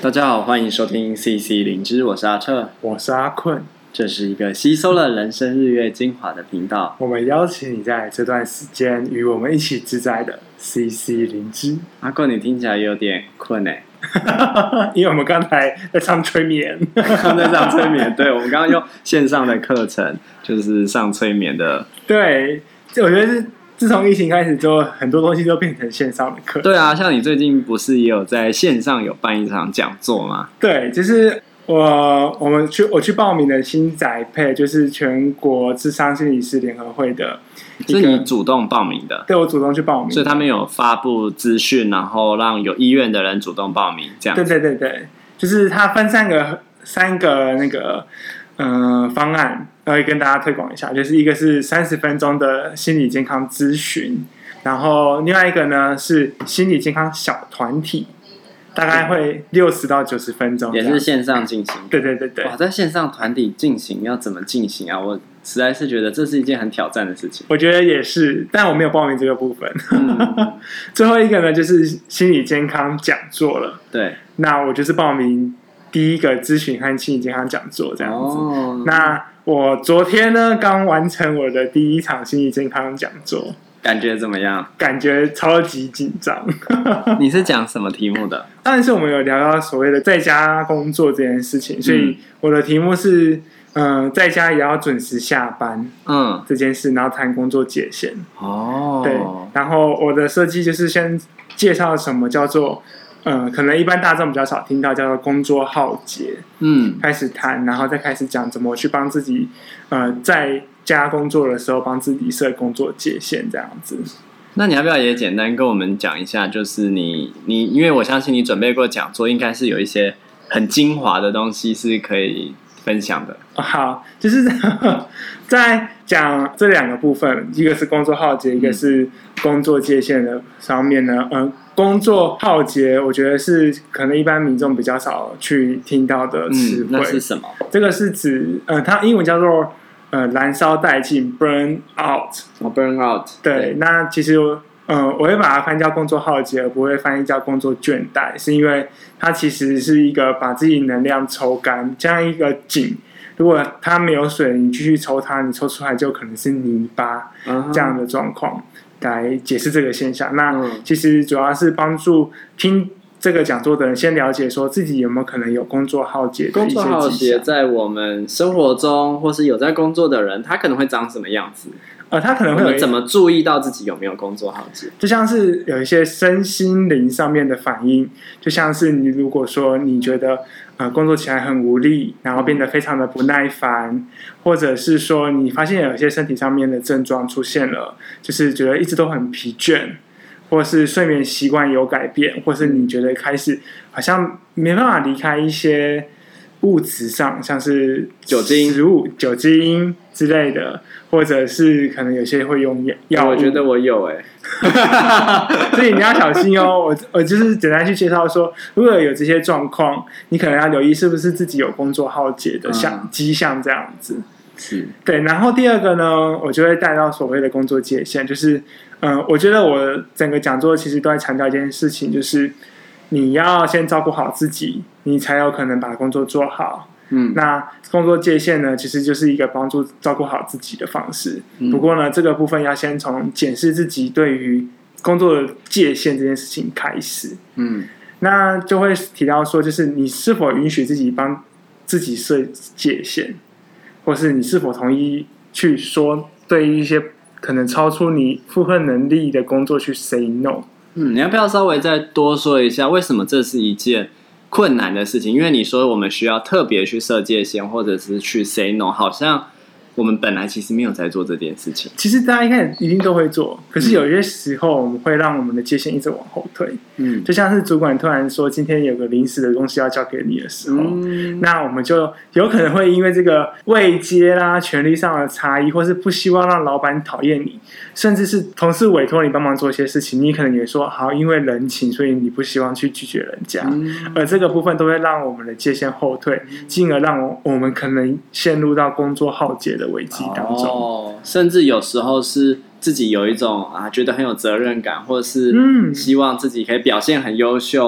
大家好，欢迎收听 CC 灵芝，我是阿彻， 我是阿困。 这是一个吸收了人生日月精华的频道。 我们邀请你在这段时间与我们一起自在的 CC 灵芝。 阿困，你听起来有点困欸因为我们刚才在上催眠， 刚在上催眠，对，我们刚刚用线上的课程，就是上催眠的。 对，我觉得是自从疫情开始之后，很多东西都变成线上的课。 对啊，像你最近不是也有在线上有办一场讲座吗？ 对，就是我去报名的新宅配，就是全国諮商心理師聯合會的。 是你主动报名的？ 对，我主动去报名， 所以他们有发布资讯，然后让有意愿的人主动报名，这样子。 对，就是它分三个那个方案，会跟大家推广一下。就是一个是30分钟的心理健康咨询，然后另外一个呢是心理健康小团体，大概会60到90分钟， 也是线上进行。 对。 哇，在线上团体进行要怎么进行啊？我实在是觉得这是一件很挑战的事情。 我觉得也是，但我没有报名这个部分。最后一个呢，就是心理健康讲座了。 对， 那我就是报名第一个咨询和心理健康讲座这样子。那我昨天呢刚完成我的第一场心理健康讲座， 感觉怎么样？ 感觉超级紧张。 你是讲什么题目的？ 当然是我们有聊到所谓的在家工作这件事情，所以我的题目是在家也要准时下班，这件事，然后谈工作界限。对，然后我的设计就是先介绍什么叫做可能一般大众比较少听到，叫做工作浩劫。开始谈，然后再开始讲怎么去帮自己在家工作的时候帮自己设工作界限这样子。 那你要不要也简单跟我们讲一下，就是你因为我相信你准备过讲座，应该是有一些很精华的东西是可以分享的。 好，就是在讲这两个部分，一个是工作浩劫，一个是工作界限的上面呢。工作浩劫，我觉得是可能一般民众比较少去听到的词汇。 那是什么？ 这个是指它英文叫做燃烧殆尽 （burn out）。burn out。 对，那其实我会把它翻译叫工作浩劫，而不会翻译叫工作倦怠，是因为它其实是一个把自己能量抽干，像一个井，如果它没有水，你继续抽它，你抽出来就可能是泥巴这样的状况，来解释这个现象。那其实主要是帮助听这个讲座的人先了解说自己有没有可能有工作浩劫的一些迹象。工作浩劫在我们生活中或是有在工作的人，他可能会长什么样子？ 他可能会有怎么注意到自己有没有工作浩劫？ 就像是有一些身心灵上面的反应，就像是你如果说你觉得工作起来很无力，然后变得非常的不耐烦，或者是说你发现有一些身体上面的症状出现了，就是觉得一直都很疲倦，或是睡眠习惯有改变，或是你觉得开始好像没办法离开一些物质上，像是酒精、 食物、酒精之类的，或者是可能有些会用药物。 我觉得我有所以你要小心哦。我就是简单去介绍说，如果有这些状况，你可能要留意是不是自己有工作浩劫的迹象这样子。 是， 对。然后第二个呢，我就会带到所谓的工作界限，就是我觉得我整个讲座其实都在强调一件事情，就是你要先照顾好自己，你才有可能把工作做好。那工作界限呢，其实就是一个帮助照顾好自己的方式。不过呢，这个部分要先从检视自己对于工作的界限这件事情开始。那就会提到说，就是你是否允许自己帮自己设界限，或是你是否同意去说对于一些可能超出你负荷能力的工作去 say no。 你要不要稍微再多说一下，为什么这是一件困难的事情？因为你说我们需要特别去设界限，或者是去 say no， 好像我们本来其实没有在做这件事情。 其实大家一开始一定都会做，可是有些时候我们会让我们的界限一直往后退。就像是主管突然说今天有个临时的东西要交给你的时候，那我们就有可能会因为这个位阶啦、权力上的差异，或是不希望让老板讨厌你，甚至是同事委托你帮忙做一些事情，你可能也说好，因为人情，所以你不希望去拒绝人家。而这个部分都会让我们的界限后退，进而让我们可能陷入到工作浩劫的危机当中。 甚至有时候是自己有一种觉得很有责任感，或是希望自己可以表现很优秀，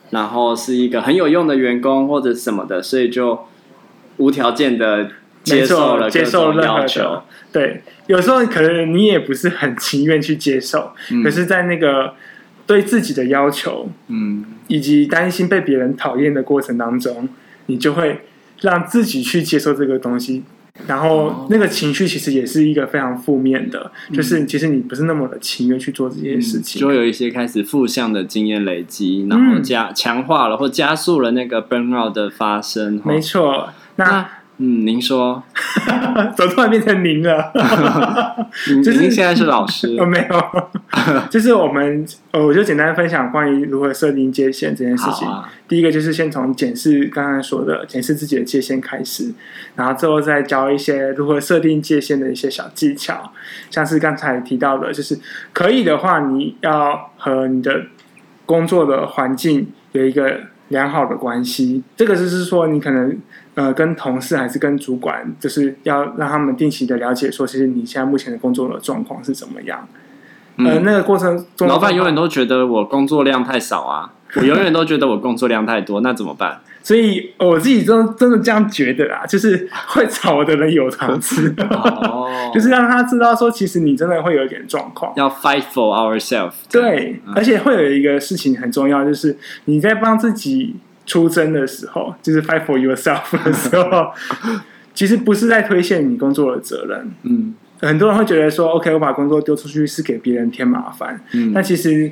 然后是一个很有用的员工或者什么的，所以就无条件的接受了各种要求。 对，有时候可能你也不是很情愿去接受，可是在那个对自己的要求，以及担心被别人讨厌的过程当中，你就会让自己去接受这个东西。然后那个情绪其实也是一个非常负面的，就是其实你不是那么的情愿去做这些事情， 就有一些开始负向的经验累积，然后强化了或加速了那个 burnout 的发生。 没错，那您说， 怎么突然变成您了？ 就是您现在是老师， 没有，就是我就简单分享关于如何设定界限这件事情。第一个就是先从检视刚刚说的检视自己的界限开始，然后之后再教一些如何设定界限的一些小技巧，像是刚才提到的，就是可以的话，你要和你的工作的环境有一个良好的关系。这个就是说，你可能跟同事还是跟主管，就是要让他们定期的了解说，其实你现在目前的工作的状况是怎么样。那个过程中， 老板永远都觉得我工作量太少啊，我永远都觉得我工作量太多，那怎么办？ 所以我自己真的这样觉得啦，就是会吵的人有糖吃，就是让他知道说，其实你真的会有一点状况， 要 fight for ourselves。 对，而且会有一个事情很重要，就是你在帮自己出征的时候，就是 fight for yourself 的时候，其实不是在推卸你工作的责任。很多人会觉得说 ，OK， 我把工作丢出去是给别人添麻烦。但其实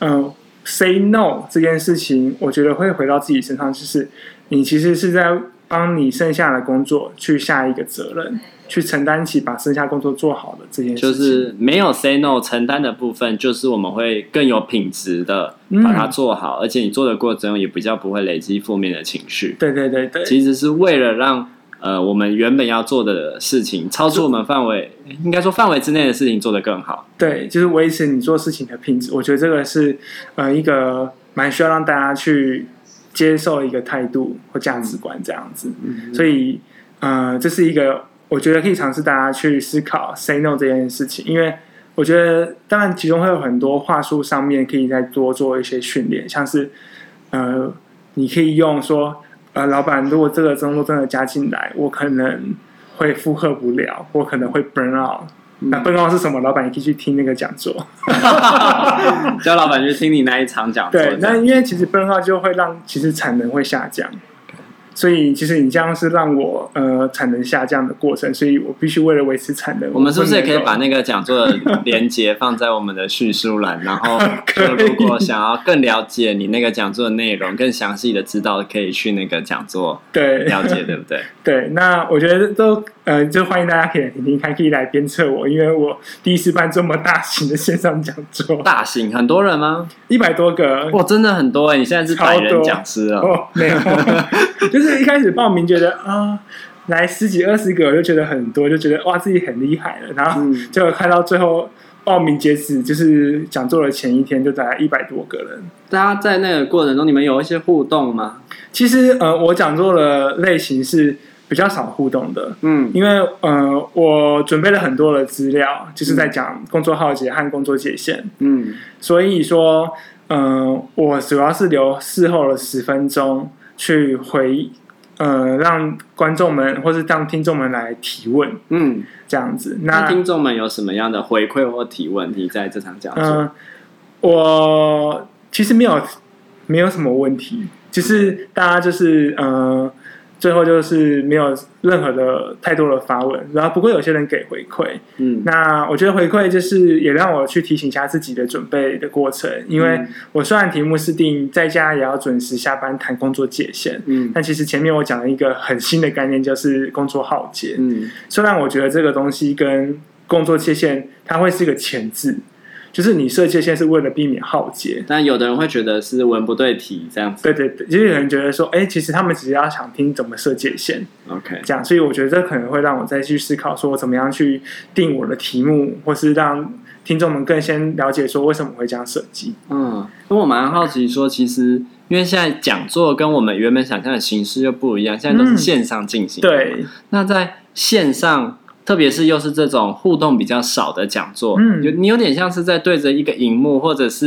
，say no 这件事情，我觉得会回到自己身上，就是你其实是在帮你剩下的工作去下一个责任，去承担起把剩下工作做好的这件事情。 就是没有 say no 承担的部分，就是我们会更有品质的把它做好，而且你做的过程中也比较不会累积负面的情绪。 对， 其实是为了让我们原本要做的事情超出我们范围，应该说范围之内的事情做得更好。对， 就是维持你做事情的品质。我觉得这个是一个蛮需要让大家去接受的一个态度或价值观这样子。所以这是一个我觉得可以尝试大家去思考 say no 这件事情，因为我觉得当然其中会有很多话术上面可以再多做一些训练，像是你可以用说老板，如果这个工作真的加进来，我可能会负荷不了，我可能会 burn out。那 burn out 是什么？老板也可以去听那个讲座， 叫老板去听你那一场讲座。 对，那因为其实 burn out 就会让其实产能会下降，所以其实你这样是让我产能下降的过程，所以我必须为了维持产能。 我们是不是也可以把那个讲座的连结放在我们的叙述栏？然后如果想要更了解你那个讲座的内容，更详细的知道，可以去那个讲座了解，对不对？ 对，那我觉得都就欢迎大家可以来听听看，可以来鞭策我，因为我第一次办这么大型的线上讲座。 大型很多人吗 ？100多个， 哇，真的很多你现在是100人讲师了。 没有，就是一开始报名觉得来10几20个，我就觉得很多，就觉得哇自己很厉害了，然后结果看到最后报名截止就是讲座的前一天，就大概100多个人。 大家在那个过程中，你们有一些互动吗？ 其实我讲座的类型是比较少互动的，因为我准备了很多的资料，就是在讲工作浩劫和工作界限，所以说我主要是留事后的10分钟去让观众们或是让听众们来提问，这样子。 那听众们有什么样的回馈或提问题在这场讲座？ 我其实没有什么问题，就是大家就是最后就是没有任何的太多的发问，然后不过有些人给回馈，那我觉得回馈就是也让我去提醒一下自己的准备的过程，因为我虽然题目是定在家也要准时下班谈工作界限，但其实前面我讲了一个很新的概念，就是工作浩劫，虽然我觉得这个东西跟工作界限它会是一个前置。就是你设界限是为了避免浩劫， 但有的人会觉得是文不对题这样子。 对，就是有人觉得说，其实他们只是要想听怎么设界限 ，OK， 这样，所以我觉得这可能会让我再去思考说，我怎么样去定我的题目，或是让听众们更先了解说为什么会这样设计。 因为我蛮好奇说，其实因为现在讲座跟我们原本想象的形式又不一样，现在都是线上进行。 对， 那在线上。特别是又是这种互动比较少的讲座，你有点像是在对着一个荧幕，或者是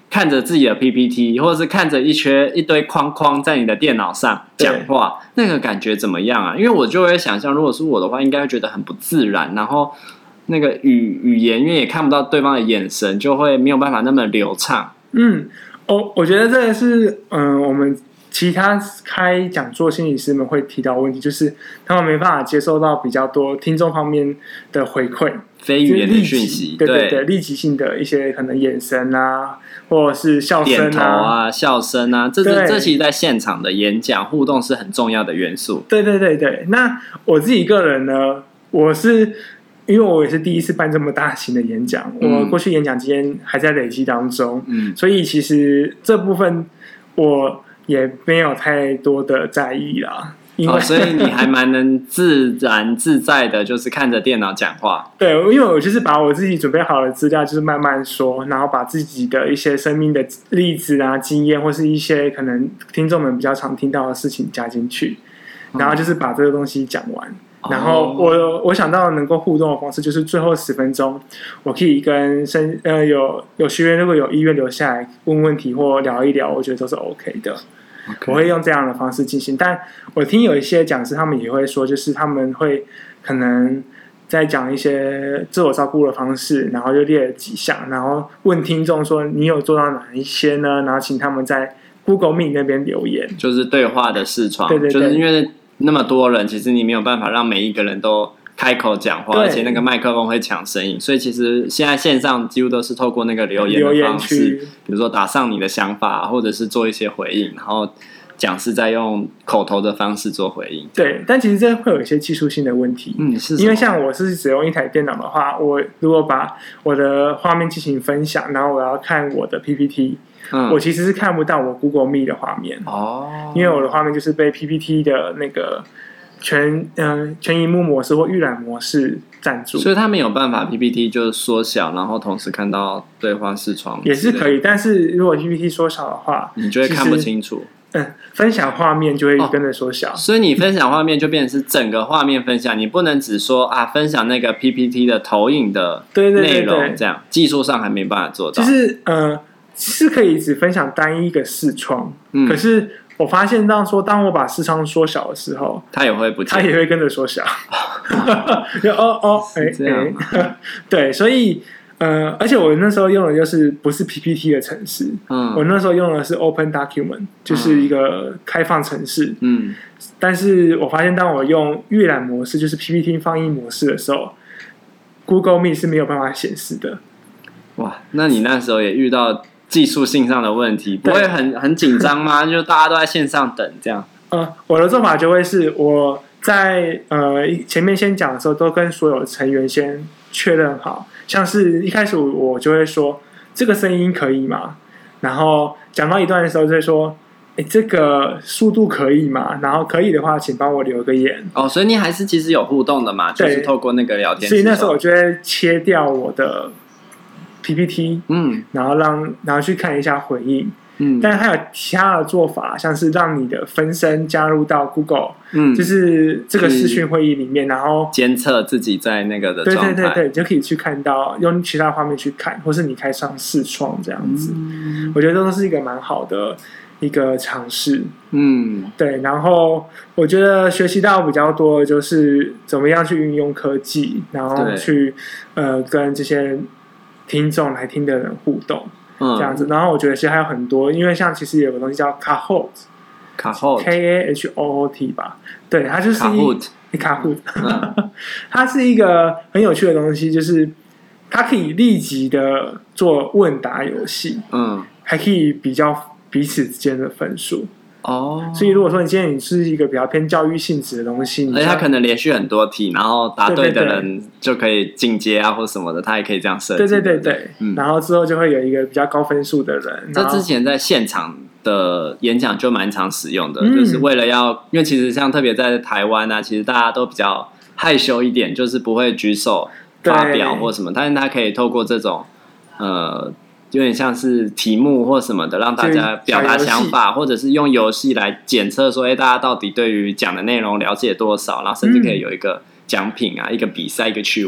看着自己的 PPT， 或者是看着一堆框框在你的电脑上讲话，那个感觉怎么样啊？因为我就会想象，如果是我的话，应该会觉得很不自然，然后那个语言，因为也看不到对方的眼神，就会没有办法那么流畅。 我觉得这个是我们其他开讲座心理师们会提到的问题，就是他们没办法接受到比较多听众方面的回馈。 非语言的讯息， 对，立即性的一些可能眼神啊，或者是笑声点头啊、笑声啊，这其实在现场的演讲互动是很重要的元素。 对。那我自己个人呢，因为我也是第一次办这么大型的演讲，我过去演讲经验还在累积当中，所以其实这部分我也没有太多的在意啦。 所以你还蛮能自然自在的，就是看着电脑讲话。 对，因为我就是把我自己准备好的资料，就是慢慢说，然后把自己的一些生命的例子啊、经验，或是一些可能听众们比较常听到的事情加进去，然后就是把这个东西讲完。然后我想到能够互动的方式，就是最后10分钟，我可以跟有学员如果有意愿留下来问问题或聊一聊，我觉得都是 OK 的。我会用这样的方式进行，但我听有一些讲师他们也会说，就是他们会可能在讲一些自我照顾的方式，然后就列了几项，然后问听众说你有做到哪一些呢？然后请他们在 Google Meet 那边留言， 就是对话的视窗。 对， 就是因为那么多人，其实你没有办法让每一个人都开口讲话，而且那个麦克风会抢声音，所以其实现在线上几乎都是透过那个留言的方式，比如说打上你的想法，或者是做一些回应，然后讲师再用口头的方式做回应。 对，但其实这会有一些技术性的问题。 是因为像我是只用一台电脑的话，我如果把我的画面进行分享，然后我要看我的 PPT，我其实是看不到我 Google Meet 的画面。因为我的画面就是被 PPT 的那个全萤幕模式或预览模式占住， 所以他没有办法 PPT 就是缩小，然后同时看到对话视窗也是可以，但是如果 PPT 缩小的话， 你就会看不清楚。 分享画面就会跟着缩小， 所以你分享画面就变成是整个画面分享，你不能只说分享那个 PPT 的投影的内容，这样技术上还没办法做到。 就是是可以只分享单一个视窗，可是我发现当我把视窗缩小的时候， 它也会不见， 它也会跟着缩小。 这样对，所以而且我那时候用的就是不是 PPT 的程式，我那时候用的是 Open Document， 就是一个开放程式。但是我发现当我用预览模式，就是 PPT 放映模式的时候 ，Google Meet 是没有办法显示的。 哇，那你那时候也遇到技术性上的问题，不会很紧张吗？就大家都在线上等这样。 我的做法就会是我在前面先讲的时候，都跟所有成员先确认好。像是一开始我就会说这个声音可以吗？然后讲到一段的时候就会说，这个速度可以吗？然后可以的话，请帮我留个言。 所以你还是其实有互动的嘛，就是透过那个聊天。 所以那时候我就会切掉我的 PPT，然后去看一下回应。但是还有其他的做法，像是让你的分身加入到 Google，就是这个视讯会议里面，然后监测自己在那个的状态， 对，就可以去看到，用其他画面去看，或是你开上视窗这样子。我觉得都是一个蛮好的一个尝试。对，然后我觉得学习到比较多的就是怎么样去运用科技，然后去跟这些听众来听的人互动。这样子，然后我觉得其实还有很多，因为像其实有个东西叫 Kahoot Kahoot 吧，对，它就是Kahoot，它是一个很有趣的东西，就是它可以立即的做问答游戏，还可以比较彼此之间的分数。所以如果说你今天你是一个比较偏教育性质的东西， 而且它可能连续很多题，然后答对的人就可以进阶啊，或什么的，他也可以这样设计。 对，然后之后就会有一个比较高分数的人。 这之前在现场的演讲就蛮常使用的，就是为了因为其实像特别在台湾啊，其实大家都比较害羞一点，就是不会举手发表或什么，但是他可以透过这种有点像是题目或什么的，让大家表达想法，或者是用游戏来检测说，大家到底对于讲的内容了解多少，然后甚至可以有一个奖品啊，一个比赛，一个趣味。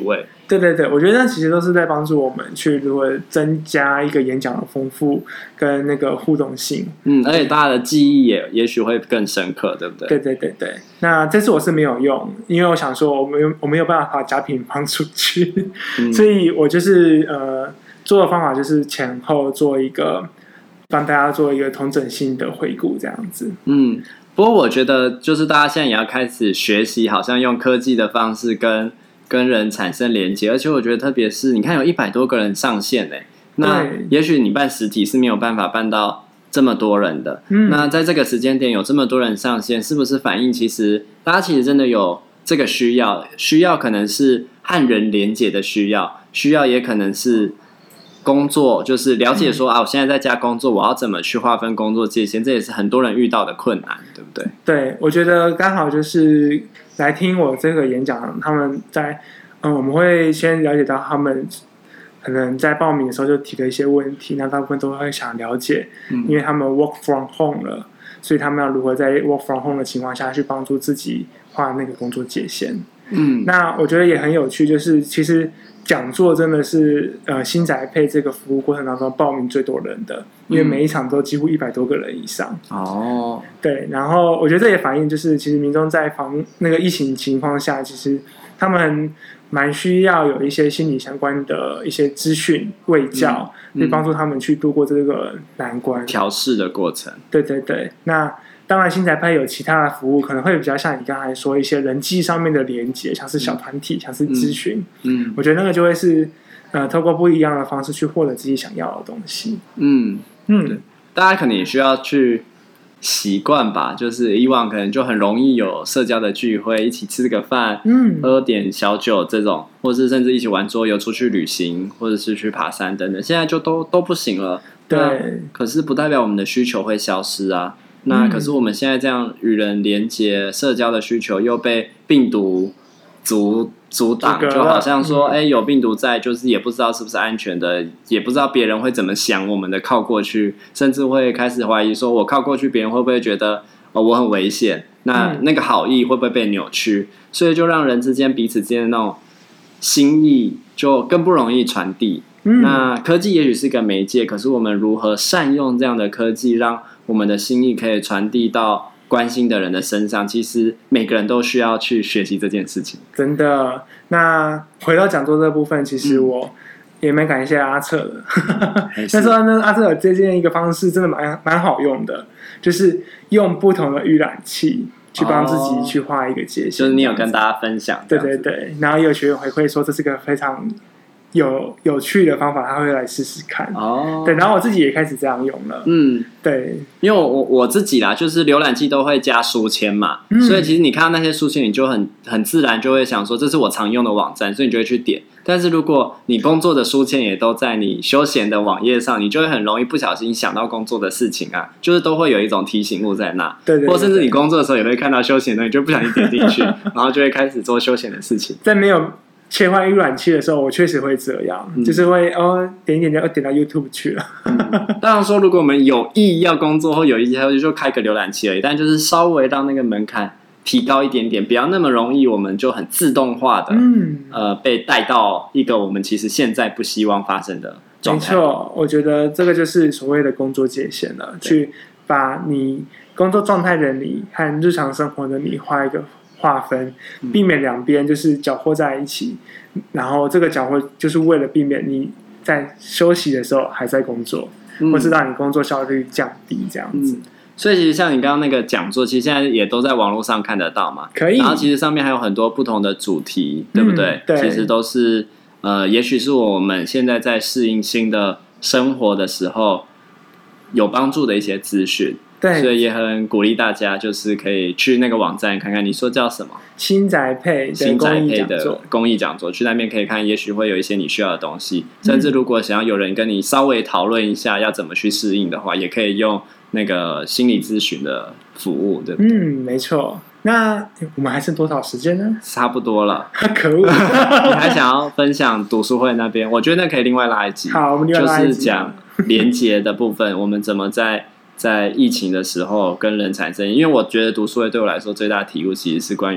对对对，我觉得那其实都是在帮助我们去如何增加一个演讲的丰富跟那个互动性。 而且大家的记忆也许会更深刻，对不对？ 对对对对。那这次我是没有用，因为我想说我没有办法把假品放出去，所以我就是做的方法就是前后做一个帮大家做一个统整性的回顾，这样子。 不过我觉得就是大家现在也要开始学习，好像用科技的方式跟人产生连接，而且我觉得特别是你看有100多个人上线嘞，那也许你办实体是没有办法办到这么多人的，那在这个时间点有这么多人上线，是不是反映其实大家其实真的有这个需要可能是和人连结的需要也可能是工作，就是了解说我现在在家工作，我要怎么去划分工作界限，这也是很多人遇到的困难，对不对？ 对，我觉得刚好就是来听我这个演讲，他们在我们会先了解到他们可能在报名的时候就提了一些问题，那大部分都会想了解，因为他们 work from home 了，所以他们要如何在 work from home 的情况下去帮助自己画那个工作界限。那我觉得也很有趣，就是其实讲座真的是新宅配这个服务过程当中报名最多人的，因为每一场都几乎100多个人以上。对，然后我觉得这也反映就是其实民众在那个疫情情况下，其实他们蛮需要有一些心理相关的一些资讯卫教，可以帮助他们去度过这个难关调试的过程。 对对对，那当然新宅配有其他的服务，可能会比较像你刚才说一些人际上面的连结，像是小团体，像是咨询。我觉得那个就会是透过不一样的方式去获得自己想要的东西。 大家可能也需要去习惯吧，就是以往可能就很容易有社交的聚会，一起吃个饭，喝点小酒这种，或是甚至一起玩桌游、出去旅行，或者是去爬山等等，现在就都不行了。 对， 可是不代表我们的需求会消失啊。那可是我们现在这样与人连结、社交的需求又被病毒阻挡，就好像说，有病毒在，就是也不知道是不是安全的，也不知道别人会怎么想我们的靠过去，甚至会开始怀疑说，我靠过去，别人会不会觉得我很危险？那个好意会不会被扭曲？所以就让人之间彼此之间的那种心意就更不容易传递。那科技也许是个媒介，可是我们如何善用这样的科技，让我们的心意可以传递到关心的人的身上，其实每个人都需要去学习这件事情。 真的。那回到讲座这部分，其实我也蛮感谢阿策的。那时候呢，阿策这件一个方式真的蛮好用的，就是用不同的预览器去帮自己去画一个界限。 就是你有跟大家分享。 对对对，然后也有学员回馈说这是个非常有趣的方法，他会来试试看。对，然后我自己也开始这样用了。对， 因为我自己啦，就是浏览器都会加书签嘛，所以其实你看到那些书签，你就很自然就会想说，这是我常用的网站，所以你就会去点。但是如果你工作的书签也都在你休闲的网页上，你就会很容易不小心想到工作的事情啊，就是都会有一种提醒物在那。 对， 或甚至你工作的时候也会看到休闲的，你就不小心点进去，然后就会开始做休闲的事情。 在没有切换预览器的时候，我确实会这样，就是会点一点就点到 YouTube 去了。 当然说，如果我们有意要工作或有意就开个浏览器而已，但就是稍微让那个门槛提高一点点，不要那么容易，我们就很自动化的被带到一个我们其实现在不希望发生的状态。 没错，我觉得这个就是所谓的工作界限了，去把你工作状态的你和日常生活的你画一个划分，避免两边就是搅和在一起，然后这个搅和就是为了避免你在休息的时候还在工作，或是让你工作效率降低这样子。 所以其实像你刚刚那个讲座，其实现在也都在网络上看得到嘛。 可以。 然后其实上面还有很多不同的主题，对不对？ 对。 其实都是也许是我们现在在适应新的生活的时候有帮助的一些资讯。 对。 所以也很鼓励大家，就是可以去那个网站看看。你说叫什么？ 新宅配的公益讲座，去那边可以看，也许会有一些你需要的东西。甚至如果想要有人跟你稍微讨论一下要怎么去适应的话，也可以用那个心理咨询的服务，对不对？ 没错。那我们还剩多少时间呢？ 差不多了。 可恶！ 你还想要分享读书会那边？我觉得那可以另外拉一集。 好，我们另外拉一集。 就是讲连结的部分，我们怎么在疫情的时候跟人产生？因为我觉得读书会对我来说最大的体悟其实是关于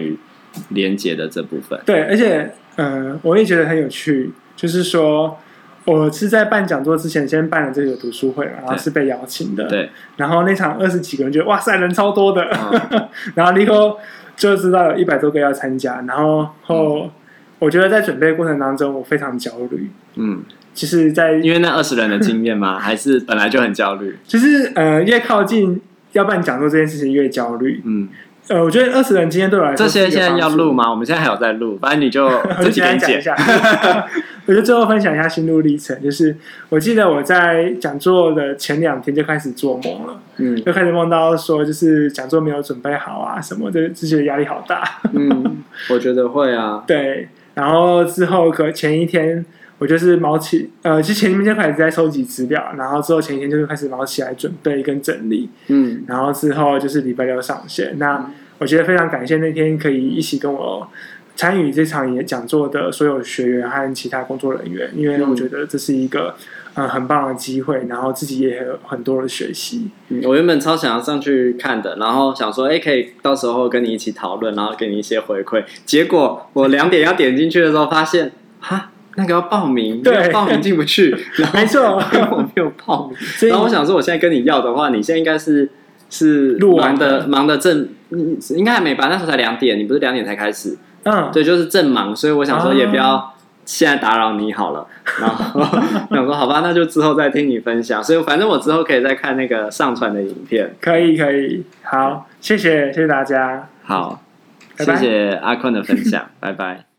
连结的这部分。 对，而且我也觉得很有趣，就是说我是在办讲座之前先办了这个读书会嘛，然后是被邀请的。 对， 然后那场20几个人觉得哇塞人超多的，然后立刻就知道有100多个要参加，然后我觉得在准备的过程当中我非常焦虑。就是在因为那20人的经验吗？还是本来就很焦虑？ 就是越靠近要办讲座这件事情越焦虑。我觉得20人经验对我来说， 这些现在要录吗？我们现在还有在录，反正你就自己简单讲一下。我就最后分享一下心路历程，就是我记得我在讲座的前2天就开始做梦了，就开始梦到说就是讲座没有准备好啊什么的，就觉得压力好大。 我觉得会啊。 对，然后之后前一天我就是毛起，其实前一天就开始在收集资料，然后之后前一天就是开始毛起来准备跟整理，然后之后就是礼拜6上线。那我觉得非常感谢那天可以一起跟我参与这场讲座的所有学员和其他工作人员，因为我觉得这是一个很棒的机会，然后自己也有很多的学习。 我原本超想要上去看的，然后想说可以到时候跟你一起讨论，然后给你一些回馈。结果我2点要点进去的时候，发现那个要报名，没有报名进不去。 没错， 我没有报名。然后我想说，我现在跟你要的话，你现在应该是忙的正，应该还没吧？那时候才2点，你不是2点才开始？对，就是正忙，所以我想说也不要现在打扰你好了。然后想说好吧，那就之后再听你分享。所以反正我之后可以再看那个上传的影片。 可以，好，谢谢大家。 好，谢谢阿坤的分享，拜拜。